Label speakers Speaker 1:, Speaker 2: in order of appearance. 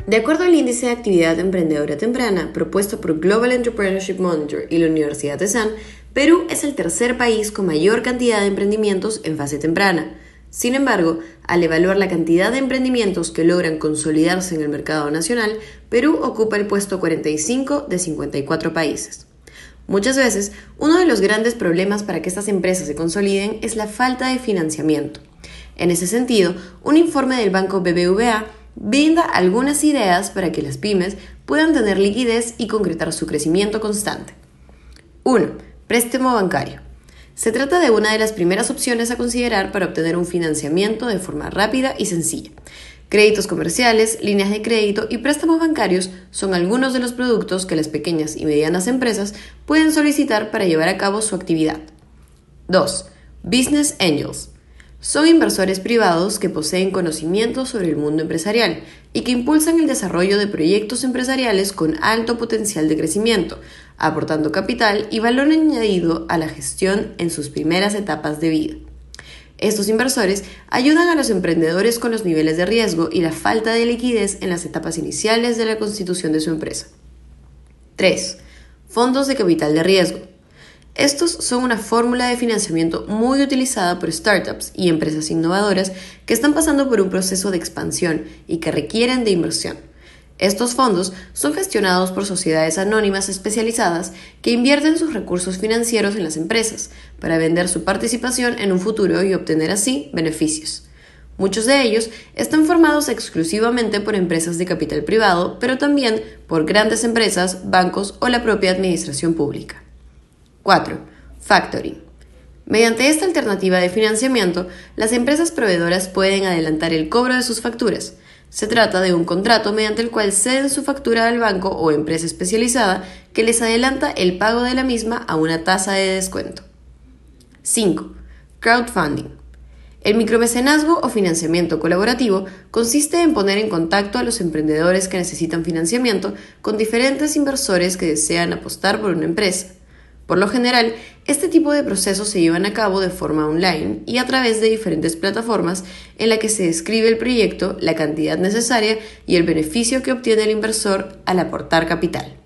Speaker 1: De acuerdo al índice de actividad emprendedora temprana propuesto por Global Entrepreneurship Monitor y la Universidad de San, Perú es el tercer país con mayor cantidad de emprendimientos en fase temprana. Sin embargo, al evaluar la cantidad de emprendimientos que logran consolidarse en el mercado nacional, Perú ocupa el puesto 45 de 54 países. Muchas veces, uno de los grandes problemas para que estas empresas se consoliden es la falta de financiamiento. En ese sentido, un informe del Banco BBVA brinda algunas ideas para que las pymes puedan tener liquidez y concretar su crecimiento constante. 1. Préstamo bancario. Se trata de una de las primeras opciones a considerar para obtener un financiamiento de forma rápida y sencilla. Créditos comerciales, líneas de crédito y préstamos bancarios son algunos de los productos que las pequeñas y medianas empresas pueden solicitar para llevar a cabo su actividad. 2. Business Angels. Son inversores privados que poseen conocimiento sobre el mundo empresarial y que impulsan el desarrollo de proyectos empresariales con alto potencial de crecimiento, aportando capital y valor añadido a la gestión en sus primeras etapas de vida. Estos inversores ayudan a los emprendedores con los niveles de riesgo y la falta de liquidez en las etapas iniciales de la constitución de su empresa. 3. Fondos de capital de riesgo. Estos son una fórmula de financiamiento muy utilizada por startups y empresas innovadoras que están pasando por un proceso de expansión y que requieren de inversión. Estos fondos son gestionados por sociedades anónimas especializadas que invierten sus recursos financieros en las empresas para vender su participación en un futuro y obtener así beneficios. Muchos de ellos están formados exclusivamente por empresas de capital privado, pero también por grandes empresas, bancos o la propia administración pública. 4. Factoring. Mediante esta alternativa de financiamiento, las empresas proveedoras pueden adelantar el cobro de sus facturas. Se trata de un contrato mediante el cual ceden su factura al banco o empresa especializada que les adelanta el pago de la misma a una tasa de descuento. 5. Crowdfunding. El micromecenazgo o financiamiento colaborativo consiste en poner en contacto a los emprendedores que necesitan financiamiento con diferentes inversores que desean apostar por una empresa. Por lo general, este tipo de procesos se llevan a cabo de forma online y a través de diferentes plataformas en la que se describe el proyecto, la cantidad necesaria y el beneficio que obtiene el inversor al aportar capital.